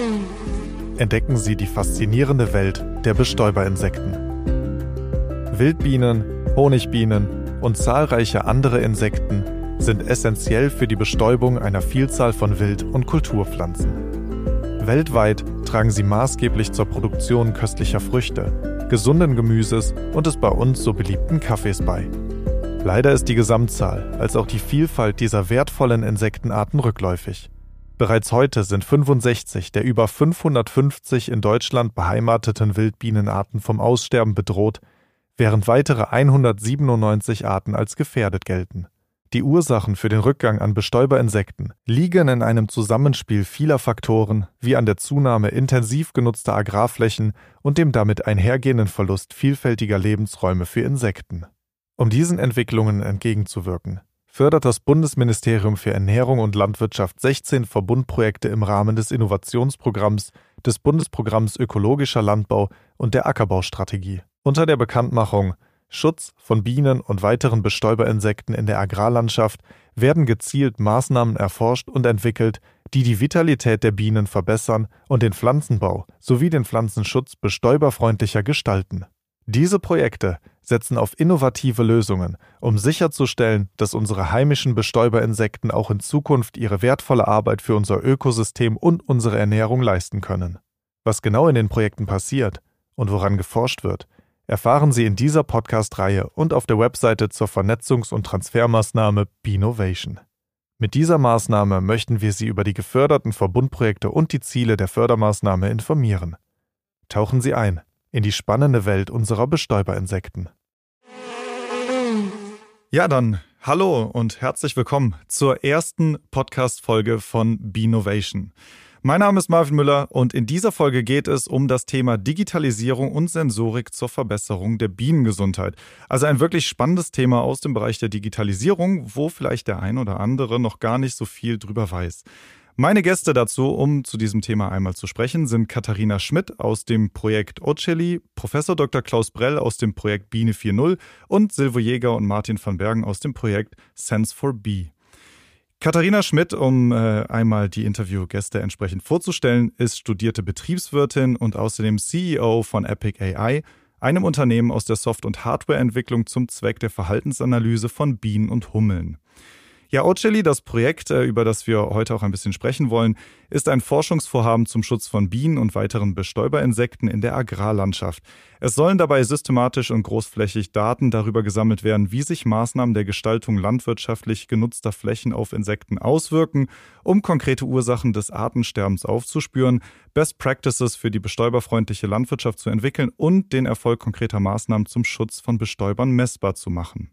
Entdecken Sie die faszinierende Welt der Bestäuberinsekten. Wildbienen, Honigbienen und zahlreiche andere Insekten sind essentiell für die Bestäubung einer Vielzahl von Wild- und Kulturpflanzen. Weltweit tragen sie maßgeblich zur Produktion köstlicher Früchte, gesunden Gemüses und des bei uns so beliebten Kaffees bei. Leider ist die Gesamtzahl als auch die Vielfalt dieser wertvollen Insektenarten rückläufig. Bereits heute sind 65 der über 550 in Deutschland beheimateten Wildbienenarten vom Aussterben bedroht, während weitere 197 Arten als gefährdet gelten. Die Ursachen für den Rückgang an Bestäuberinsekten liegen in einem Zusammenspiel vieler Faktoren, wie an der Zunahme intensiv genutzter Agrarflächen und dem damit einhergehenden Verlust vielfältiger Lebensräume für Insekten. Um diesen Entwicklungen entgegenzuwirken, fördert das Bundesministerium für Ernährung und Landwirtschaft 16 Verbundprojekte im Rahmen des Innovationsprogramms, des Bundesprogramms Ökologischer Landbau und der Ackerbaustrategie. Unter der Bekanntmachung Schutz von Bienen und weiteren Bestäuberinsekten in der Agrarlandschaft werden gezielt Maßnahmen erforscht und entwickelt, die die Vitalität der Bienen verbessern und den Pflanzenbau sowie den Pflanzenschutz bestäuberfreundlicher gestalten. Diese Projekte setzen auf innovative Lösungen, um sicherzustellen, dass unsere heimischen Bestäuberinsekten auch in Zukunft ihre wertvolle Arbeit für unser Ökosystem und unsere Ernährung leisten können. Was genau in den Projekten passiert und woran geforscht wird, erfahren Sie in dieser Podcast-Reihe und auf der Webseite zur Vernetzungs- und Transfermaßnahme Beenovation. Mit dieser Maßnahme möchten wir Sie über die geförderten Verbundprojekte und die Ziele der Fördermaßnahme informieren. Tauchen Sie ein in die spannende Welt unserer Bestäuberinsekten. Ja, dann hallo und herzlich willkommen zur ersten Podcast-Folge von Beenovation. Mein Name ist Marvin Müller und in dieser Folge geht es um das Thema Digitalisierung und Sensorik zur Verbesserung der Bienengesundheit. Also ein wirklich spannendes Thema aus dem Bereich der Digitalisierung, wo vielleicht der ein oder andere noch gar nicht so viel drüber weiß. Meine Gäste dazu, um zu diesem Thema einmal zu sprechen, sind Katharina Schmidt aus dem Projekt Oceli, Professor Dr. Klaus Brell aus dem Projekt Biene 4.0 und Silvo Jäger und Martin van Bergen aus dem Projekt Sense4Bee. Katharina Schmidt, um einmal die Interviewgäste entsprechend vorzustellen, ist studierte Betriebswirtin und außerdem CEO von Epic AI, einem Unternehmen aus der Soft- und Hardwareentwicklung zum Zweck der Verhaltensanalyse von Bienen und Hummeln. Ja, Oceli, das Projekt, über das wir heute auch ein bisschen sprechen wollen, ist ein Forschungsvorhaben zum Schutz von Bienen und weiteren Bestäuberinsekten in der Agrarlandschaft. Es sollen dabei systematisch und großflächig Daten darüber gesammelt werden, wie sich Maßnahmen der Gestaltung landwirtschaftlich genutzter Flächen auf Insekten auswirken, um konkrete Ursachen des Artensterbens aufzuspüren, Best Practices für die bestäuberfreundliche Landwirtschaft zu entwickeln und den Erfolg konkreter Maßnahmen zum Schutz von Bestäubern messbar zu machen.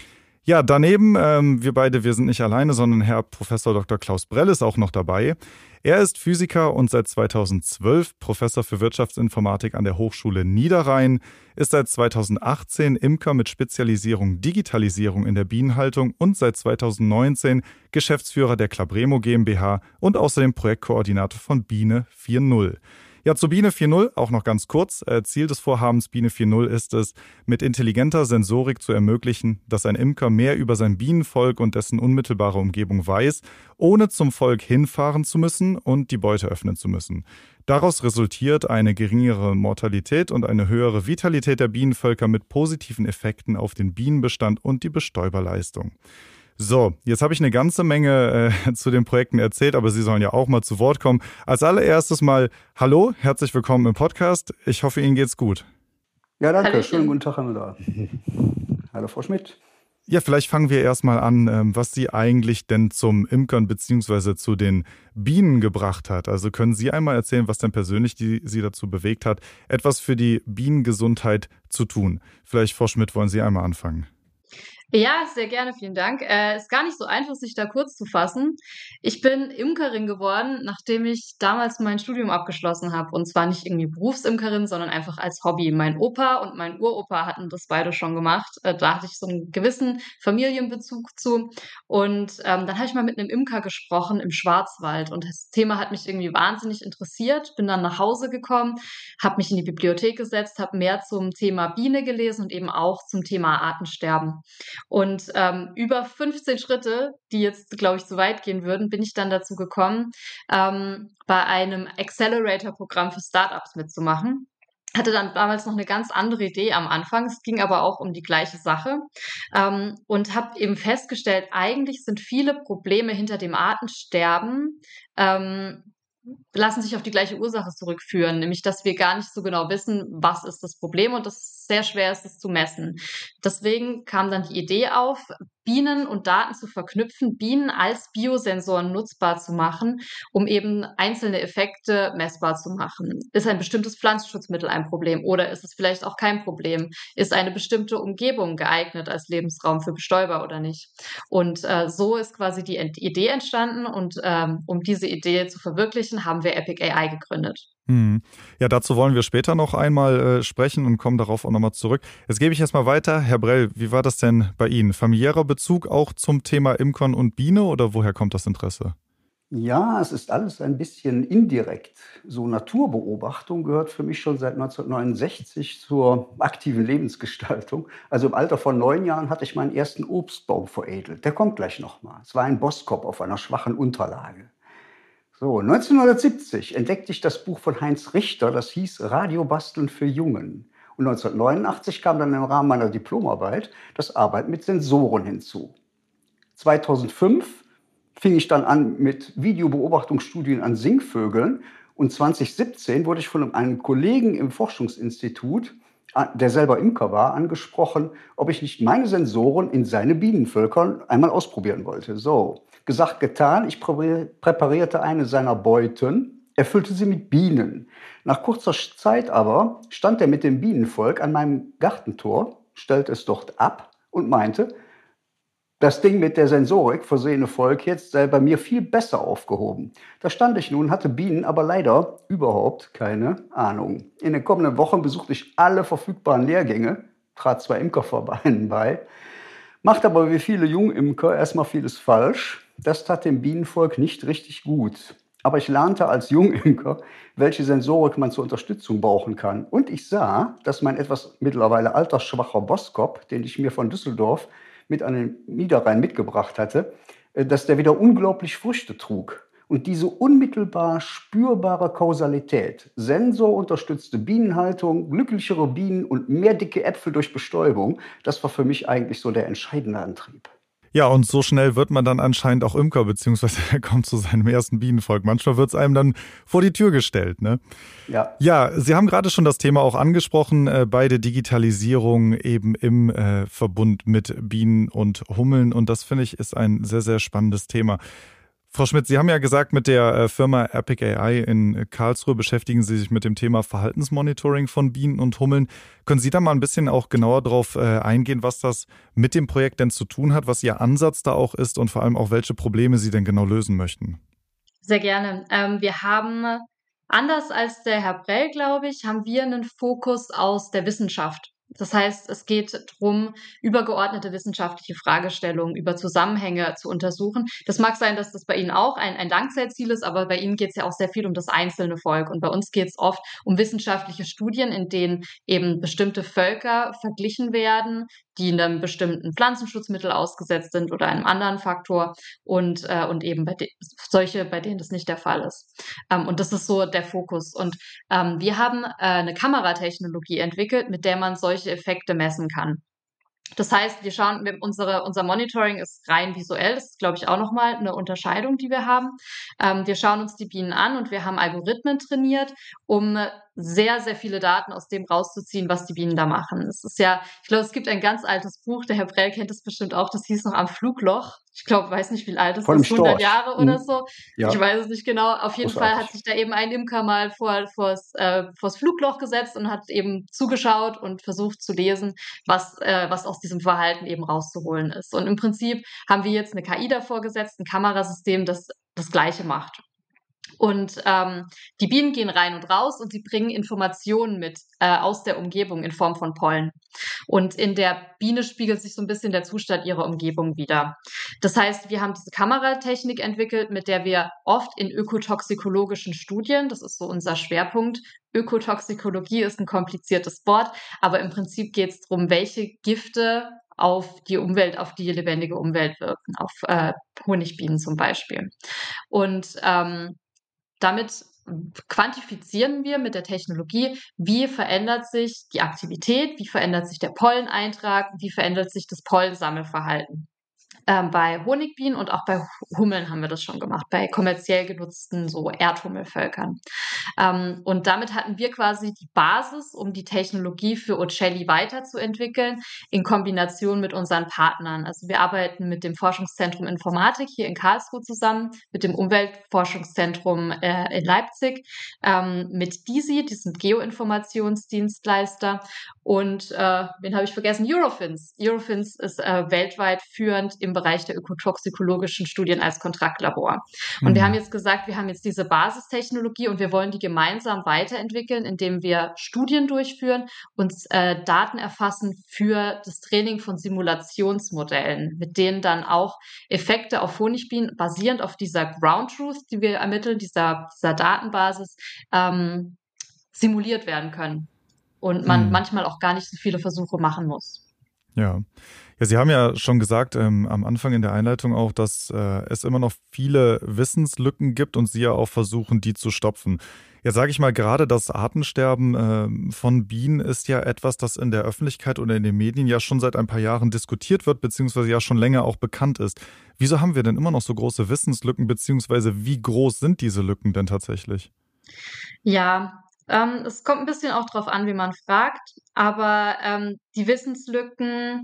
Ja, daneben, wir sind nicht alleine, sondern Herr Professor Dr. Klaus Brell ist auch noch dabei. Er ist Physiker und seit 2012 Professor für Wirtschaftsinformatik an der Hochschule Niederrhein, ist seit 2018 Imker mit Spezialisierung Digitalisierung in der Bienenhaltung und seit 2019 Geschäftsführer der Clabremo GmbH und außerdem Projektkoordinator von Biene 4.0. Ja, zu Biene 4.0 auch noch ganz kurz. Ziel des Vorhabens Biene 4.0 ist es, mit intelligenter Sensorik zu ermöglichen, dass ein Imker mehr über sein Bienenvolk und dessen unmittelbare Umgebung weiß, ohne zum Volk hinfahren zu müssen und die Beute öffnen zu müssen. Daraus resultiert eine geringere Mortalität und eine höhere Vitalität der Bienenvölker mit positiven Effekten auf den Bienenbestand und die Bestäuberleistung. So, jetzt habe ich eine ganze Menge zu den Projekten erzählt, aber Sie sollen ja auch mal zu Wort kommen. Als allererstes mal, hallo, herzlich willkommen im Podcast. Ich hoffe, Ihnen geht's gut. Ja, danke. Hallöchen. Schönen guten Tag, Herr Müller. Hallo, Frau Schmidt. Ja, vielleicht fangen wir erstmal an, was Sie eigentlich denn zum Imkern bzw. zu den Bienen gebracht hat. Also können Sie einmal erzählen, was denn persönlich Sie dazu bewegt hat, etwas für die Bienengesundheit zu tun? Vielleicht, Frau Schmidt, wollen Sie einmal anfangen? Ja, sehr gerne, vielen Dank. Ist gar nicht so einfach, sich da kurz zu fassen. Ich bin Imkerin geworden, nachdem ich damals mein Studium abgeschlossen habe. Und zwar nicht irgendwie Berufsimkerin, sondern einfach als Hobby. Mein Opa und mein Uropa hatten das beide schon gemacht. Da hatte ich so einen gewissen Familienbezug zu. Und dann habe ich mal mit einem Imker gesprochen im Schwarzwald. Und das Thema hat mich irgendwie wahnsinnig interessiert. Bin dann nach Hause gekommen, habe mich in die Bibliothek gesetzt, habe mehr zum Thema Biene gelesen und eben auch zum Thema Artensterben. Und über 15 Schritte, die jetzt, glaube ich, zu weit gehen würden, bin ich dann dazu gekommen, bei einem Accelerator-Programm für Startups mitzumachen. Hatte dann damals noch eine ganz andere Idee am Anfang. Es ging aber auch um die gleiche Sache, und habe eben festgestellt, eigentlich sind viele Probleme hinter dem Artensterben lassen sich auf die gleiche Ursache zurückführen, nämlich dass wir gar nicht so genau wissen, was ist das Problem und dass sehr schwer ist, es zu messen. Deswegen kam dann die Idee auf, Bienen und Daten zu verknüpfen, Bienen als Biosensoren nutzbar zu machen, um eben einzelne Effekte messbar zu machen. Ist ein bestimmtes Pflanzenschutzmittel ein Problem oder ist es vielleicht auch kein Problem? Ist eine bestimmte Umgebung geeignet als Lebensraum für Bestäuber oder nicht? Und so ist quasi die Idee entstanden und um diese Idee zu verwirklichen, haben wir Epic AI gegründet. Ja, dazu wollen wir später noch einmal sprechen und kommen darauf auch nochmal zurück. Jetzt gebe ich erstmal weiter. Herr Brell, wie war das denn bei Ihnen? Familiärer Bezug auch zum Thema Imkern und Biene oder woher kommt das Interesse? Ja, es ist alles ein bisschen indirekt. So Naturbeobachtung gehört für mich schon seit 1969 zur aktiven Lebensgestaltung. Also im Alter von 9 Jahren hatte ich meinen ersten Obstbaum veredelt. Der kommt gleich nochmal. Es war ein Boskop auf einer schwachen Unterlage. So, 1970 entdeckte ich das Buch von Heinz Richter, das hieß Radiobasteln für Jungen. Und 1989 kam dann im Rahmen meiner Diplomarbeit das Arbeiten mit Sensoren hinzu. 2005 fing ich dann an mit Videobeobachtungsstudien an Singvögeln und 2017 wurde ich von einem Kollegen im Forschungsinstitut, der selber Imker war, angesprochen, ob ich nicht meine Sensoren in seine Bienenvölkern einmal ausprobieren wollte. So, gesagt, getan, ich präparierte eine seiner Beuten, erfüllte sie mit Bienen. Nach kurzer Zeit aber stand er mit dem Bienenvolk an meinem Gartentor, stellte es dort ab und meinte, das Ding mit der Sensorik versehene Volk jetzt sei bei mir viel besser aufgehoben. Da stand ich nun, hatte Bienen, aber leider überhaupt keine Ahnung. In den kommenden Wochen besuchte ich alle verfügbaren Lehrgänge, trat 2 Imkervereinen bei, machte aber wie viele Jungimker erstmal vieles falsch. Das tat dem Bienenvolk nicht richtig gut. Aber ich lernte als Jungimker, welche Sensorik man zur Unterstützung brauchen kann. Und ich sah, dass mein etwas mittlerweile altersschwacher Boskop, den ich mir von Düsseldorf mit an den Niederrhein mitgebracht hatte, dass der wieder unglaublich Früchte trug. Und diese unmittelbar spürbare Kausalität, sensorunterstützte Bienenhaltung, glücklichere Bienen und mehr dicke Äpfel durch Bestäubung, das war für mich eigentlich so der entscheidende Antrieb. Ja, und so schnell wird man dann anscheinend auch Imker, beziehungsweise er kommt zu seinem ersten Bienenvolk. Manchmal wird es einem dann vor die Tür gestellt, ne? Ja, Sie haben gerade schon das Thema auch angesprochen, bei der Digitalisierung eben im Verbund mit Bienen und Hummeln. Und das, finde ich, ist ein sehr, sehr spannendes Thema. Frau Schmidt, Sie haben ja gesagt, mit der Firma Epic AI in Karlsruhe beschäftigen Sie sich mit dem Thema Verhaltensmonitoring von Bienen und Hummeln. Können Sie da mal ein bisschen auch genauer darauf eingehen, was das mit dem Projekt denn zu tun hat, was Ihr Ansatz da auch ist und vor allem auch, welche Probleme Sie denn genau lösen möchten? Sehr gerne. Wir haben, anders als der Herr Brell, glaube ich, haben wir einen Fokus aus der Wissenschaft. Das heißt, es geht darum, übergeordnete wissenschaftliche Fragestellungen über Zusammenhänge zu untersuchen. Das mag sein, dass das bei Ihnen auch ein Langzeitziel ist, aber bei Ihnen geht es ja auch sehr viel um das einzelne Volk. Und bei uns geht es oft um wissenschaftliche Studien, in denen eben bestimmte Völker verglichen werden, die einem bestimmten Pflanzenschutzmittel ausgesetzt sind oder einem anderen Faktor und eben solche, bei denen das nicht der Fall ist. Und das ist so der Fokus. Und wir haben eine Kameratechnologie entwickelt, mit der man solche Effekte messen kann. Das heißt, wir schauen, unser Monitoring ist rein visuell. Das ist, glaube ich, auch nochmal eine Unterscheidung, die wir haben. Wir schauen uns die Bienen an und wir haben Algorithmen trainiert, um sehr, sehr viele Daten aus dem rauszuziehen, was die Bienen da machen. Es ist ja, ich glaube, es gibt ein ganz altes Buch, der Herr Brell kennt es bestimmt auch, das hieß noch Am Flugloch. Ich glaube, weiß nicht, wie alt es ist, 100 Jahre oder so. Ja. Ich weiß es nicht genau. Auf jeden Fall hat sich da eben ein Imker mal vors Flugloch gesetzt und hat eben zugeschaut und versucht zu lesen, was aus diesem Verhalten eben rauszuholen ist. Und im Prinzip haben wir jetzt eine KI davor gesetzt, ein Kamerasystem, das das Gleiche macht. Und die Bienen gehen rein und raus und sie bringen Informationen mit aus der Umgebung in Form von Pollen. Und in der Biene spiegelt sich so ein bisschen der Zustand ihrer Umgebung wider. Das heißt, wir haben diese Kameratechnik entwickelt, mit der wir oft in ökotoxikologischen Studien, das ist so unser Schwerpunkt, Ökotoxikologie ist ein kompliziertes Wort, aber im Prinzip geht es darum, welche Gifte auf die Umwelt, auf die lebendige Umwelt wirken, auf Honigbienen zum Beispiel. Und damit quantifizieren wir mit der Technologie, wie verändert sich die Aktivität, wie verändert sich der Polleneintrag, wie verändert sich das Pollensammelverhalten. Bei Honigbienen und auch bei Hummeln haben wir das schon gemacht, bei kommerziell genutzten so Erdhummelvölkern. Und damit hatten wir quasi die Basis, um die Technologie für Ocelli weiterzuentwickeln, in Kombination mit unseren Partnern. Also wir arbeiten mit dem Forschungszentrum Informatik hier in Karlsruhe zusammen, mit dem Umweltforschungszentrum in Leipzig, mit DISI, diesem Geoinformationsdienstleister, und wen habe ich vergessen? Eurofins. Eurofins ist weltweit führend im Bereich der ökotoxikologischen Studien als Kontraktlabor. Und wir haben jetzt gesagt, wir haben jetzt diese Basistechnologie und wir wollen die gemeinsam weiterentwickeln, indem wir Studien durchführen und Daten erfassen für das Training von Simulationsmodellen, mit denen dann auch Effekte auf Honigbienen basierend auf dieser Ground Truth, die wir ermitteln, dieser Datenbasis, simuliert werden können. Und man manchmal auch gar nicht so viele Versuche machen muss. Ja. Ja, Sie haben ja schon gesagt am Anfang in der Einleitung auch, dass es immer noch viele Wissenslücken gibt und Sie ja auch versuchen, die zu stopfen. Ja, sage ich mal, gerade das Artensterben von Bienen ist ja etwas, das in der Öffentlichkeit oder in den Medien ja schon seit ein paar Jahren diskutiert wird, beziehungsweise ja schon länger auch bekannt ist. Wieso haben wir denn immer noch so große Wissenslücken, beziehungsweise wie groß sind diese Lücken denn tatsächlich? Ja, es kommt ein bisschen auch drauf an, wie man fragt, aber die Wissenslücken,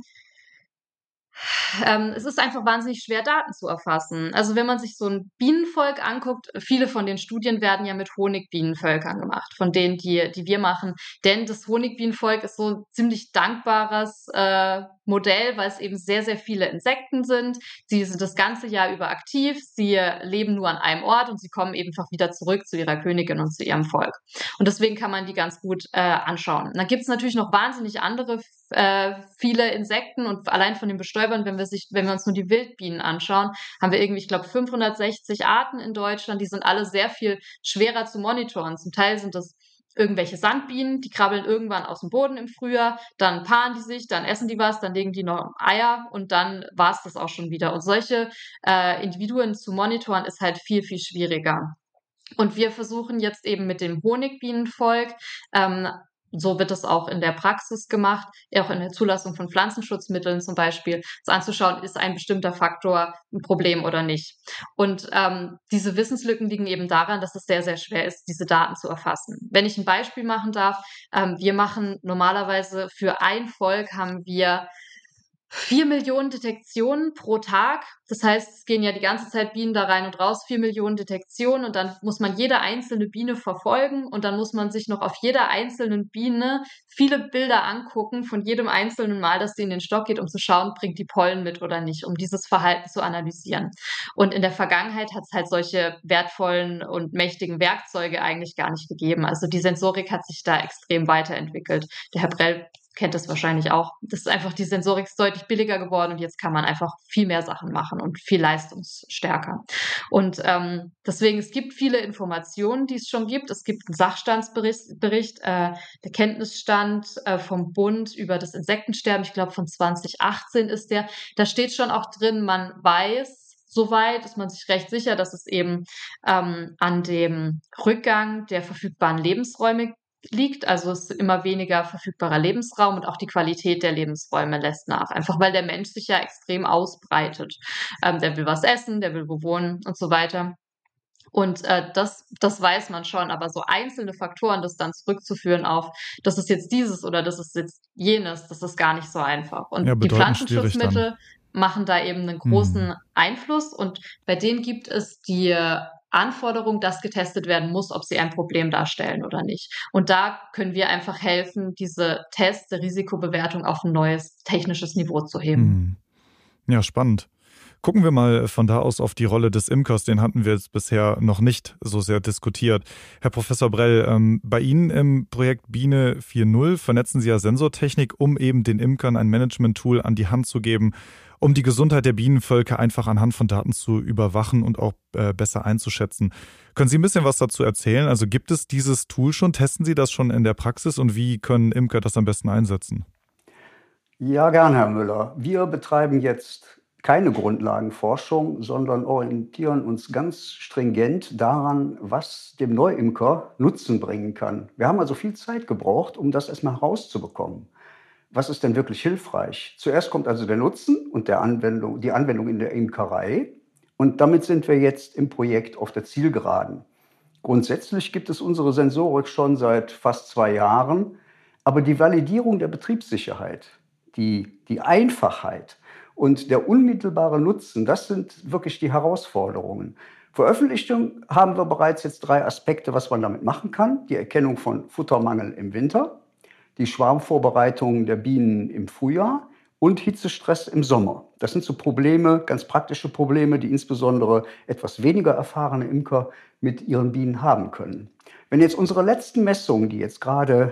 es ist einfach wahnsinnig schwer, Daten zu erfassen. Also wenn man sich so ein Bienenvolk anguckt, viele von den Studien werden ja mit Honigbienenvölkern gemacht, von denen, die wir machen. Denn das Honigbienenvolk ist so ein ziemlich dankbares Modell, weil es eben sehr, sehr viele Insekten sind. Sie sind das ganze Jahr über aktiv, sie leben nur an einem Ort und sie kommen eben einfach wieder zurück zu ihrer Königin und zu ihrem Volk. Und deswegen kann man die ganz gut anschauen. Und dann gibt es natürlich noch wahnsinnig andere viele Insekten und allein von den Bestäubern, wenn wir uns nur die Wildbienen anschauen, haben wir irgendwie, ich glaube, 560 Arten in Deutschland. Die sind alle sehr viel schwerer zu monitoren. Zum Teil sind das irgendwelche Sandbienen, die krabbeln irgendwann aus dem Boden im Frühjahr, dann paaren die sich, dann essen die was, dann legen die noch Eier und dann war's das auch schon wieder. Und solche Individuen zu monitoren ist halt viel, viel schwieriger. Und wir versuchen jetzt eben mit dem Honigbienenvolk, so wird es auch in der Praxis gemacht, auch in der Zulassung von Pflanzenschutzmitteln zum Beispiel, anzuschauen, ist ein bestimmter Faktor ein Problem oder nicht. Und diese Wissenslücken liegen eben daran, dass es sehr, sehr schwer ist, diese Daten zu erfassen. Wenn ich ein Beispiel machen darf, wir machen normalerweise für ein Volk haben wir 4 Millionen Detektionen pro Tag. Das heißt, es gehen ja die ganze Zeit Bienen da rein und raus, 4 Millionen Detektionen, und dann muss man jede einzelne Biene verfolgen und dann muss man sich noch auf jeder einzelnen Biene viele Bilder angucken von jedem einzelnen Mal, dass sie in den Stock geht, um zu schauen, bringt die Pollen mit oder nicht, um dieses Verhalten zu analysieren. Und in der Vergangenheit hat es halt solche wertvollen und mächtigen Werkzeuge eigentlich gar nicht gegeben. Also die Sensorik hat sich da extrem weiterentwickelt. Der Herr Brell kennt das wahrscheinlich auch. Das ist einfach, die Sensorik ist deutlich billiger geworden und jetzt kann man einfach viel mehr Sachen machen und viel leistungsstärker. Und deswegen, es gibt viele Informationen, die es schon gibt. Es gibt einen Sachstandsbericht, der Kenntnisstand vom Bund über das Insektensterben, ich glaube von 2018 ist der. Da steht schon auch drin, man weiß, soweit ist man sich recht sicher, dass es eben an dem Rückgang der verfügbaren Lebensräume liegt. Also es ist immer weniger verfügbarer Lebensraum und auch die Qualität der Lebensräume lässt nach. Einfach weil der Mensch sich ja extrem ausbreitet. Der will was essen, der will wo wohnen und so weiter. Und das weiß man schon, aber so einzelne Faktoren, das dann zurückzuführen auf, das ist jetzt dieses oder das ist jetzt jenes, das ist gar nicht so einfach. Und Ja, die bedeutend schwierig Pflanzenschutzmittel machen da eben einen großen Einfluss und bei denen gibt es die Anforderung, dass getestet werden muss, ob sie ein Problem darstellen oder nicht. Und da können wir einfach helfen, diese Tests der Risikobewertung auf ein neues technisches Niveau zu heben. Ja, spannend. Gucken wir mal von da aus auf die Rolle des Imkers. Den hatten wir jetzt bisher noch nicht so sehr diskutiert. Herr Professor Brell, bei Ihnen im Projekt Biene 4.0 vernetzen Sie ja Sensortechnik, um eben den Imkern ein Management-Tool an die Hand zu geben, um die Gesundheit der Bienenvölker einfach anhand von Daten zu überwachen und auch besser einzuschätzen. Können Sie ein bisschen was dazu erzählen? Also gibt es dieses Tool schon? Testen Sie das schon in der Praxis und wie können Imker das am besten einsetzen? Ja, gern, Herr Müller. Wir betreiben jetzt keine Grundlagenforschung, sondern orientieren uns ganz stringent daran, was dem Neuimker Nutzen bringen kann. Wir haben also viel Zeit gebraucht, um das erstmal herauszubekommen. Was ist denn wirklich hilfreich? Zuerst kommt also der Nutzen und die Anwendung in der Imkerei. Und damit sind wir jetzt im Projekt auf der Zielgeraden. Grundsätzlich gibt es unsere Sensorik schon seit fast 2 Jahren, aber die Validierung der Betriebssicherheit, die Einfachheit und der unmittelbare Nutzen, das sind wirklich die Herausforderungen. Veröffentlichung haben wir bereits jetzt 3 Aspekte, was man damit machen kann. Die Erkennung von Futtermangel im Winter, die Schwarmvorbereitung der Bienen im Frühjahr und Hitzestress im Sommer. Das sind so Probleme, ganz praktische Probleme, die insbesondere etwas weniger erfahrene Imker mit ihren Bienen haben können. Wenn jetzt unsere letzten Messungen, die jetzt gerade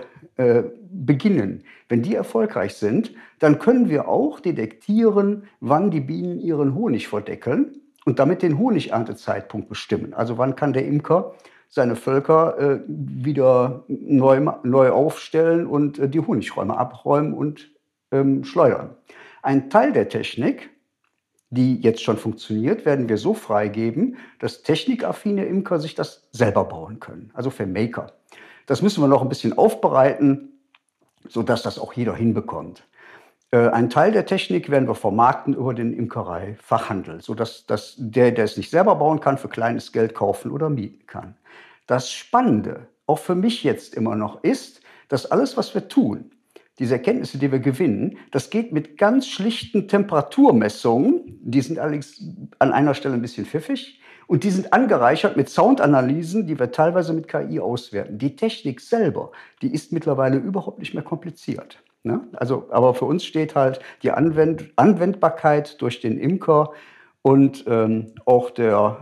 beginnen, wenn die erfolgreich sind, dann können wir auch detektieren, wann die Bienen ihren Honig verdeckeln und damit den Honigerntezeitpunkt bestimmen. Also wann kann der Imker seine Völker wieder neu aufstellen und die Honigräume abräumen und schleudern. Ein Teil der Technik, die jetzt schon funktioniert, werden wir so freigeben, dass technikaffine Imker sich das selber bauen können, also für Maker. Das müssen wir noch ein bisschen aufbereiten, sodass das auch jeder hinbekommt. Ein Teil der Technik werden wir vermarkten über den Imkerei-Fachhandel, sodass der es nicht selber bauen kann, für kleines Geld kaufen oder mieten kann. Das Spannende, auch für mich jetzt immer noch, ist, dass alles, was wir tun, diese Erkenntnisse, die wir gewinnen, das geht mit ganz schlichten Temperaturmessungen, die sind allerdings an einer Stelle ein bisschen pfiffig, und die sind angereichert mit Soundanalysen, die wir teilweise mit KI auswerten. Die Technik selber, die ist mittlerweile überhaupt nicht mehr kompliziert. Ne? Also, aber für uns steht halt die Anwendbarkeit durch den Imker und auch der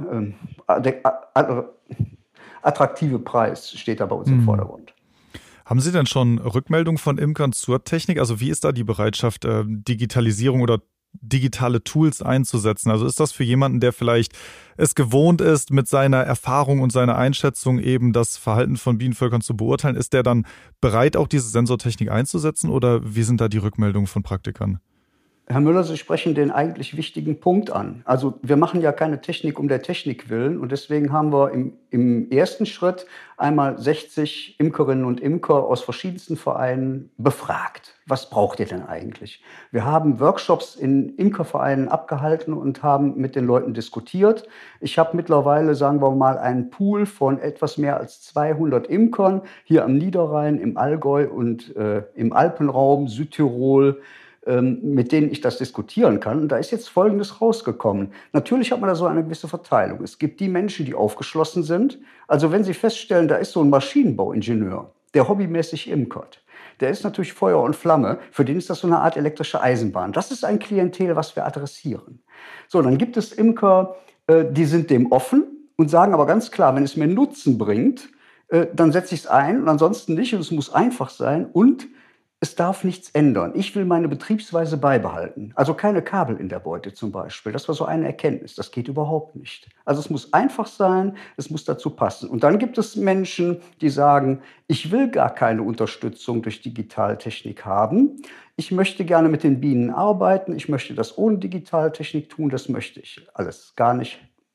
attraktive Preis steht da bei uns im Vordergrund. Haben Sie denn schon Rückmeldungen von Imkern zur Technik? Also wie ist da die Bereitschaft, Digitalisierung oder digitale Tools einzusetzen? Also ist das für jemanden, der vielleicht es gewohnt ist, mit seiner Erfahrung und seiner Einschätzung eben das Verhalten von Bienenvölkern zu beurteilen, ist der dann bereit, auch diese Sensortechnik einzusetzen oder wie sind da die Rückmeldungen von Praktikern? Herr Müller, Sie sprechen den eigentlich wichtigen Punkt an. Also wir machen ja keine Technik um der Technik willen und deswegen haben wir im ersten Schritt einmal 60 Imkerinnen und Imker aus verschiedensten Vereinen befragt. Was braucht ihr denn eigentlich? Wir haben Workshops in Imkervereinen abgehalten und haben mit den Leuten diskutiert. Ich habe mittlerweile, sagen wir mal, einen Pool von etwas mehr als 200 Imkern hier am Niederrhein, im Allgäu und im Alpenraum, Südtirol, mit denen ich das diskutieren kann. Und da ist jetzt Folgendes rausgekommen. Natürlich hat man da so eine gewisse Verteilung. Es gibt die Menschen, die aufgeschlossen sind. Also wenn Sie feststellen, da ist so ein Maschinenbauingenieur, der hobbymäßig imkert, der ist natürlich Feuer und Flamme. Für den ist das so eine Art elektrische Eisenbahn. Das ist ein Klientel, was wir adressieren. So, dann gibt es Imker, die sind dem offen und sagen aber ganz klar, wenn es mir Nutzen bringt, dann setze ich es ein und ansonsten nicht. Und es muss einfach sein und es darf nichts ändern. Ich will meine Betriebsweise beibehalten. Also keine Kabel in der Beute zum Beispiel. Das war so eine Erkenntnis. Das geht überhaupt nicht. Also es muss einfach sein, es muss dazu passen. Und dann gibt es Menschen, die sagen, ich will gar keine Unterstützung durch Digitaltechnik haben. Ich möchte gerne mit den Bienen arbeiten. Ich möchte das ohne Digitaltechnik tun. Das möchte ich alles gar nicht,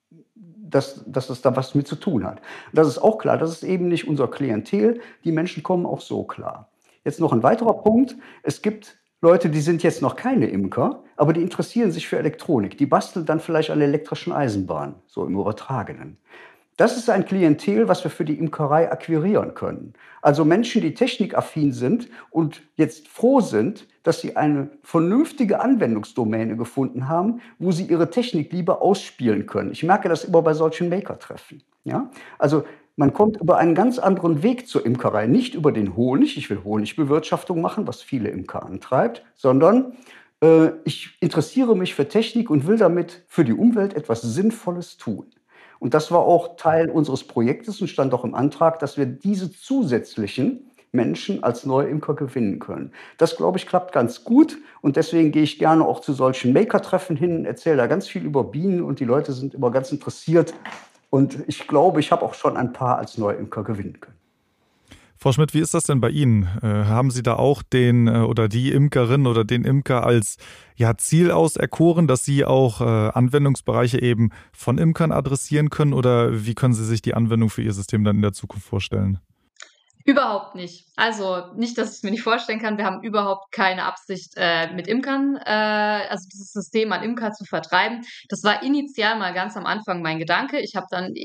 dass es da was mit zu tun hat. Das ist auch klar. Das ist eben nicht unser Klientel. Die Menschen kommen auch so klar. Jetzt noch ein weiterer Punkt. Es gibt Leute, die sind jetzt noch keine Imker, aber die interessieren sich für Elektronik. Die basteln dann vielleicht an der elektrischen Eisenbahn, so im Übertragenen. Das ist ein Klientel, was wir für die Imkerei akquirieren können. Also Menschen, die technikaffin sind und jetzt froh sind, dass sie eine vernünftige Anwendungsdomäne gefunden haben, wo sie ihre Technik lieber ausspielen können. Ich merke das immer bei solchen Maker-Treffen. Ja? Also man kommt über einen ganz anderen Weg zur Imkerei, nicht über den Honig. Ich will Honigbewirtschaftung machen, was viele Imker antreibt, sondern ich interessiere mich für Technik und will damit für die Umwelt etwas Sinnvolles tun. Und das war auch Teil unseres Projektes und stand auch im Antrag, dass wir diese zusätzlichen Menschen als neue Imker gewinnen können. Das, glaube ich, klappt ganz gut und deswegen gehe ich gerne auch zu solchen Maker-Treffen hin und erzähle da ganz viel über Bienen und die Leute sind immer ganz interessiert. Und ich glaube, ich habe auch schon ein paar als Neuimker gewinnen können. Frau Schmidt, wie ist das denn bei Ihnen? Haben Sie da auch den oder die Imkerin oder den Imker als Ziel auserkoren, dass Sie auch Anwendungsbereiche eben von Imkern adressieren können? Oder wie können Sie sich die Anwendung für Ihr System dann in der Zukunft vorstellen? Überhaupt nicht. Also nicht, dass ich es mir nicht vorstellen kann. Wir haben überhaupt keine Absicht, mit Imkern, also dieses System an Imker zu vertreiben. Das war initial mal ganz am Anfang mein Gedanke. Ich habe dann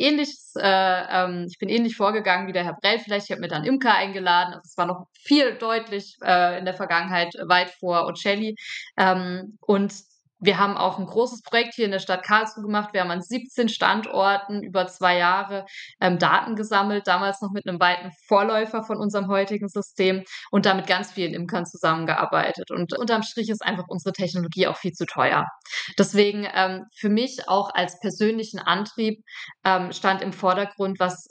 ich bin ähnlich vorgegangen wie der Herr Brell vielleicht. Ich habe mir dann Imker eingeladen. Also es war noch viel deutlich in der Vergangenheit weit vor Ocelli. Und wir haben auch ein großes Projekt hier in der Stadt Karlsruhe gemacht. Wir haben an 17 Standorten über 2 Jahre Daten gesammelt, damals noch mit einem weiten Vorläufer von unserem heutigen System und da mit ganz vielen Imkern zusammengearbeitet. Und unterm Strich ist einfach unsere Technologie auch viel zu teuer. Deswegen für mich auch als persönlichen Antrieb stand im Vordergrund, was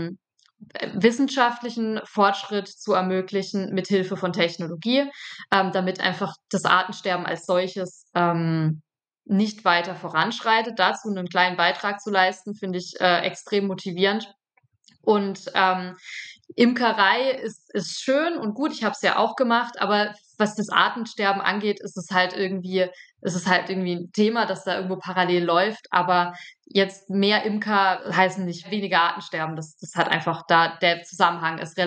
wissenschaftlichen Fortschritt zu ermöglichen mit Hilfe von Technologie, damit einfach das Artensterben als solches nicht weiter voranschreitet. Dazu einen kleinen Beitrag zu leisten, finde ich extrem motivierend. Und Imkerei ist schön und gut, ich habe es ja auch gemacht, aber was das Artensterben angeht, ist es halt irgendwie ein Thema, das da irgendwo parallel läuft. Aber jetzt mehr Imker heißen nicht weniger Artensterben. Das hat einfach der Zusammenhang ist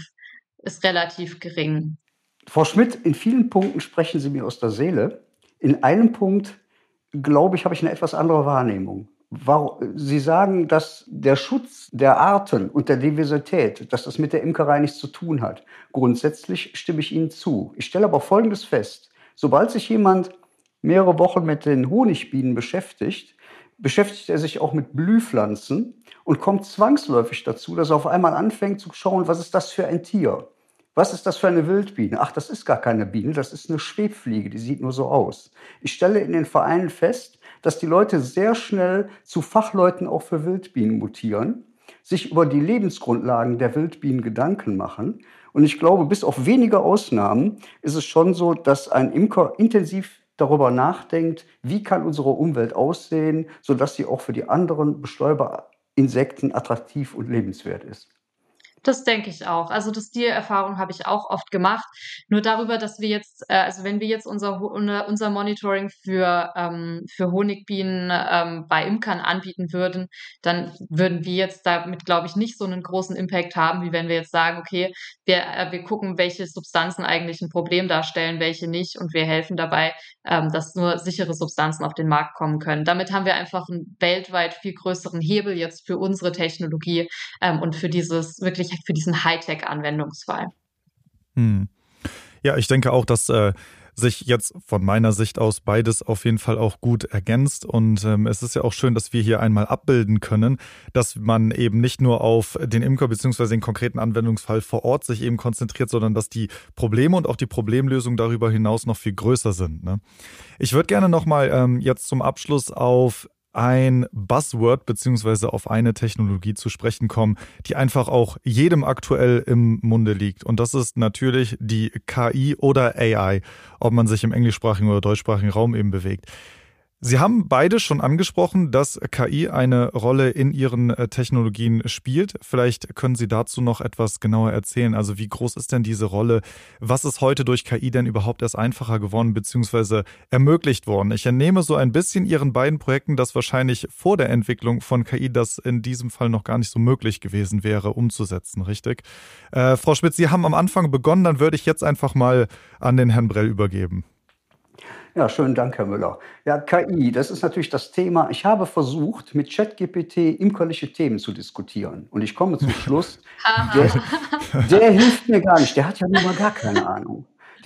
relativ gering. Frau Schmidt, in vielen Punkten sprechen Sie mir aus der Seele. In einem Punkt, glaube ich, habe ich eine etwas andere Wahrnehmung. Sie sagen, dass der Schutz der Arten und der Diversität, dass das mit der Imkerei nichts zu tun hat. Grundsätzlich stimme ich Ihnen zu. Ich stelle aber Folgendes fest. Sobald sich jemand mehrere Wochen mit den Honigbienen beschäftigt er sich auch mit Blühpflanzen und kommt zwangsläufig dazu, dass er auf einmal anfängt zu schauen, was ist das für ein Tier? Was ist das für eine Wildbiene? Ach, das ist gar keine Biene, das ist eine Schwebfliege, die sieht nur so aus. Ich stelle in den Vereinen fest, dass die Leute sehr schnell zu Fachleuten auch für Wildbienen mutieren, sich über die Lebensgrundlagen der Wildbienen Gedanken machen. Und ich glaube, bis auf wenige Ausnahmen ist es schon so, dass ein Imker intensiv darüber nachdenkt, wie kann unsere Umwelt aussehen, sodass sie auch für die anderen Bestäuberinsekten attraktiv und lebenswert ist. Das denke ich auch. Also die Erfahrung habe ich auch oft gemacht. Nur darüber, dass wir jetzt, also wenn wir jetzt unser Monitoring für Honigbienen bei Imkern anbieten würden, dann würden wir jetzt damit, glaube ich, nicht so einen großen Impact haben, wie wenn wir jetzt sagen, okay, wir gucken, welche Substanzen eigentlich ein Problem darstellen, welche nicht, und wir helfen dabei, dass nur sichere Substanzen auf den Markt kommen können. Damit haben wir einfach einen weltweit viel größeren Hebel jetzt für unsere Technologie und für diesen Hightech-Anwendungsfall. Ja, ich denke auch, dass sich jetzt von meiner Sicht aus beides auf jeden Fall auch gut ergänzt. Und es ist ja auch schön, dass wir hier einmal abbilden können, dass man eben nicht nur auf den Imker bzw. den konkreten Anwendungsfall vor Ort sich eben konzentriert, sondern dass die Probleme und auch die Problemlösung darüber hinaus noch viel größer sind. Ne? Ich würde gerne nochmal jetzt zum Abschluss auf ein Buzzword beziehungsweise auf eine Technologie zu sprechen kommen, die einfach auch jedem aktuell im Munde liegt. Und das ist natürlich die KI oder AI, ob man sich im englischsprachigen oder deutschsprachigen Raum eben bewegt. Sie haben beide schon angesprochen, dass KI eine Rolle in Ihren Technologien spielt. Vielleicht können Sie dazu noch etwas genauer erzählen. Also wie groß ist denn diese Rolle? Was ist heute durch KI denn überhaupt erst einfacher geworden bzw. ermöglicht worden? Ich entnehme so ein bisschen Ihren beiden Projekten, dass wahrscheinlich vor der Entwicklung von KI das in diesem Fall noch gar nicht so möglich gewesen wäre, umzusetzen, richtig? Frau Schmidt, Sie haben am Anfang begonnen, dann würde ich jetzt einfach mal an den Herrn Brell übergeben. Ja, schönen Dank, Herr Müller. Ja, KI, das ist natürlich das Thema. Ich habe versucht, mit ChatGPT imkerliche Themen zu diskutieren. Und ich komme zum Schluss, der hilft mir gar nicht. Der hat ja nun mal gar keine Ahnung.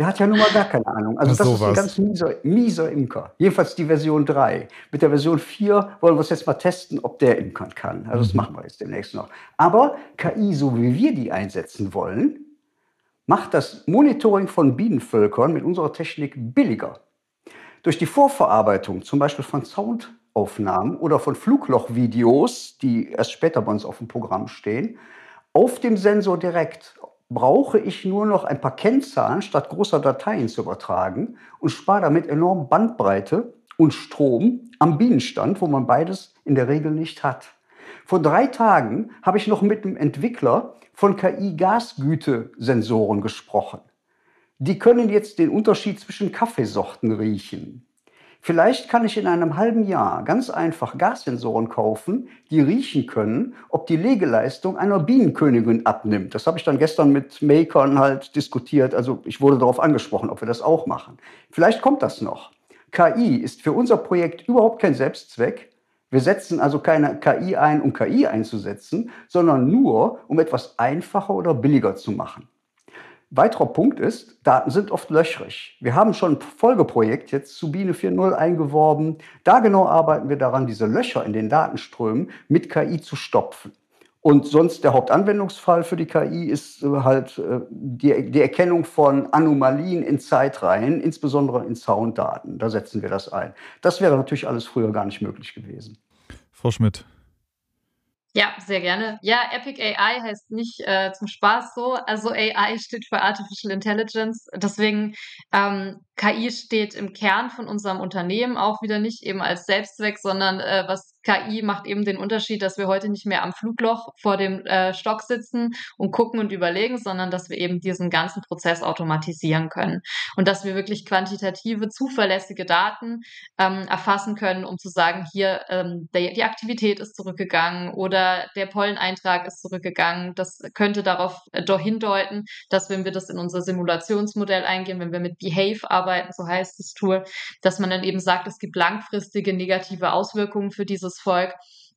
Also das ist ein ganz mieser Imker. Jedenfalls die Version 3. Mit der Version 4 wollen wir es jetzt mal testen, ob der imkern kann. Also das machen wir jetzt demnächst noch. Aber KI, so wie wir die einsetzen wollen, macht das Monitoring von Bienenvölkern mit unserer Technik billiger. Durch die Vorverarbeitung, zum Beispiel von Soundaufnahmen oder von Fluglochvideos, die erst später bei uns auf dem Programm stehen, auf dem Sensor direkt brauche ich nur noch ein paar Kennzahlen statt großer Dateien zu übertragen und spare damit enorm Bandbreite und Strom am Bienenstand, wo man beides in der Regel nicht hat. Vor 3 Tagen habe ich noch mit einem Entwickler von KI-Gasgütesensoren gesprochen. Die können jetzt den Unterschied zwischen Kaffeesorten riechen. Vielleicht kann ich in einem halben Jahr ganz einfach Gassensoren kaufen, die riechen können, ob die Legeleistung einer Bienenkönigin abnimmt. Das habe ich dann gestern mit Makern halt diskutiert. Also ich wurde darauf angesprochen, ob wir das auch machen. Vielleicht kommt das noch. KI ist für unser Projekt überhaupt kein Selbstzweck. Wir setzen also keine KI ein, um KI einzusetzen, sondern nur, um etwas einfacher oder billiger zu machen. Weiterer Punkt ist, Daten sind oft löchrig. Wir haben schon ein Folgeprojekt jetzt zu Biene 4.0 eingeworben. Da genau arbeiten wir daran, diese Löcher in den Datenströmen mit KI zu stopfen. Und sonst der Hauptanwendungsfall für die KI ist halt die Erkennung von Anomalien in Zeitreihen, insbesondere in Sounddaten. Da setzen wir das ein. Das wäre natürlich alles früher gar nicht möglich gewesen. Frau Schmidt. Ja, sehr gerne. Ja, Epic AI heißt nicht zum Spaß so. Also AI steht für Artificial Intelligence. Deswegen KI steht im Kern von unserem Unternehmen auch wieder nicht eben als Selbstzweck, sondern was KI macht eben den Unterschied, dass wir heute nicht mehr am Flugloch vor dem Stock sitzen und gucken und überlegen, sondern dass wir eben diesen ganzen Prozess automatisieren können und dass wir wirklich quantitative, zuverlässige Daten erfassen können, um zu sagen, hier die Aktivität ist zurückgegangen oder der Polleneintrag ist zurückgegangen. Das könnte darauf hindeuten, dass wenn wir das in unser Simulationsmodell eingehen, wenn wir mit Behave arbeiten, so heißt das Tool, dass man dann eben sagt, es gibt langfristige negative Auswirkungen für dieses Volk,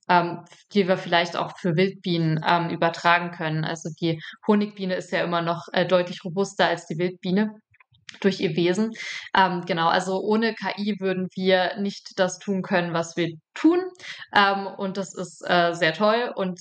die wir vielleicht auch für Wildbienen übertragen können. Also die Honigbiene ist ja immer noch deutlich robuster als die Wildbiene durch ihr Wesen. Genau, also ohne KI würden wir nicht das tun können, was wir tun. Und das ist sehr toll. Und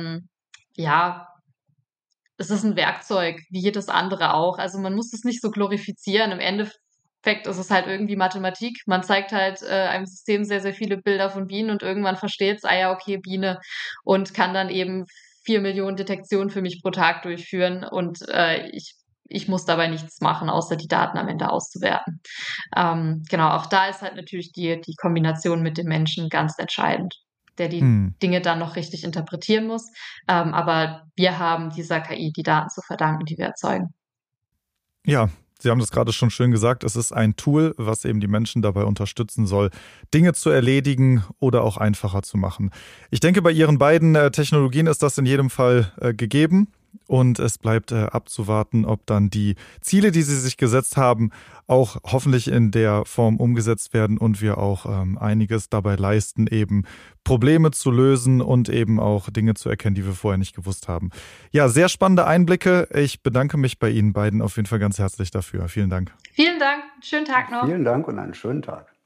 ja, es ist ein Werkzeug, wie jedes andere auch. Also man muss es nicht so glorifizieren. Im Endeffekt ist es halt irgendwie Mathematik. Man zeigt halt einem System sehr, sehr viele Bilder von Bienen und irgendwann versteht es, ah ja, okay, Biene, und kann dann eben 4 Millionen Detektionen für mich pro Tag durchführen. Und ich muss dabei nichts machen, außer die Daten am Ende auszuwerten. Genau, auch da ist halt natürlich die Kombination mit dem Menschen ganz entscheidend, der die Dinge dann noch richtig interpretieren muss. Aber wir haben dieser KI die Daten zu verdanken, die wir erzeugen. Ja, Sie haben das gerade schon schön gesagt, es ist ein Tool, was eben die Menschen dabei unterstützen soll, Dinge zu erledigen oder auch einfacher zu machen. Ich denke, bei Ihren beiden Technologien ist das in jedem Fall gegeben. Und es bleibt abzuwarten, ob dann die Ziele, die Sie sich gesetzt haben, auch hoffentlich in der Form umgesetzt werden und wir auch einiges dabei leisten, eben Probleme zu lösen und eben auch Dinge zu erkennen, die wir vorher nicht gewusst haben. Ja, sehr spannende Einblicke. Ich bedanke mich bei Ihnen beiden auf jeden Fall ganz herzlich dafür. Vielen Dank. Vielen Dank. Schönen Tag noch. Vielen Dank und einen schönen Tag.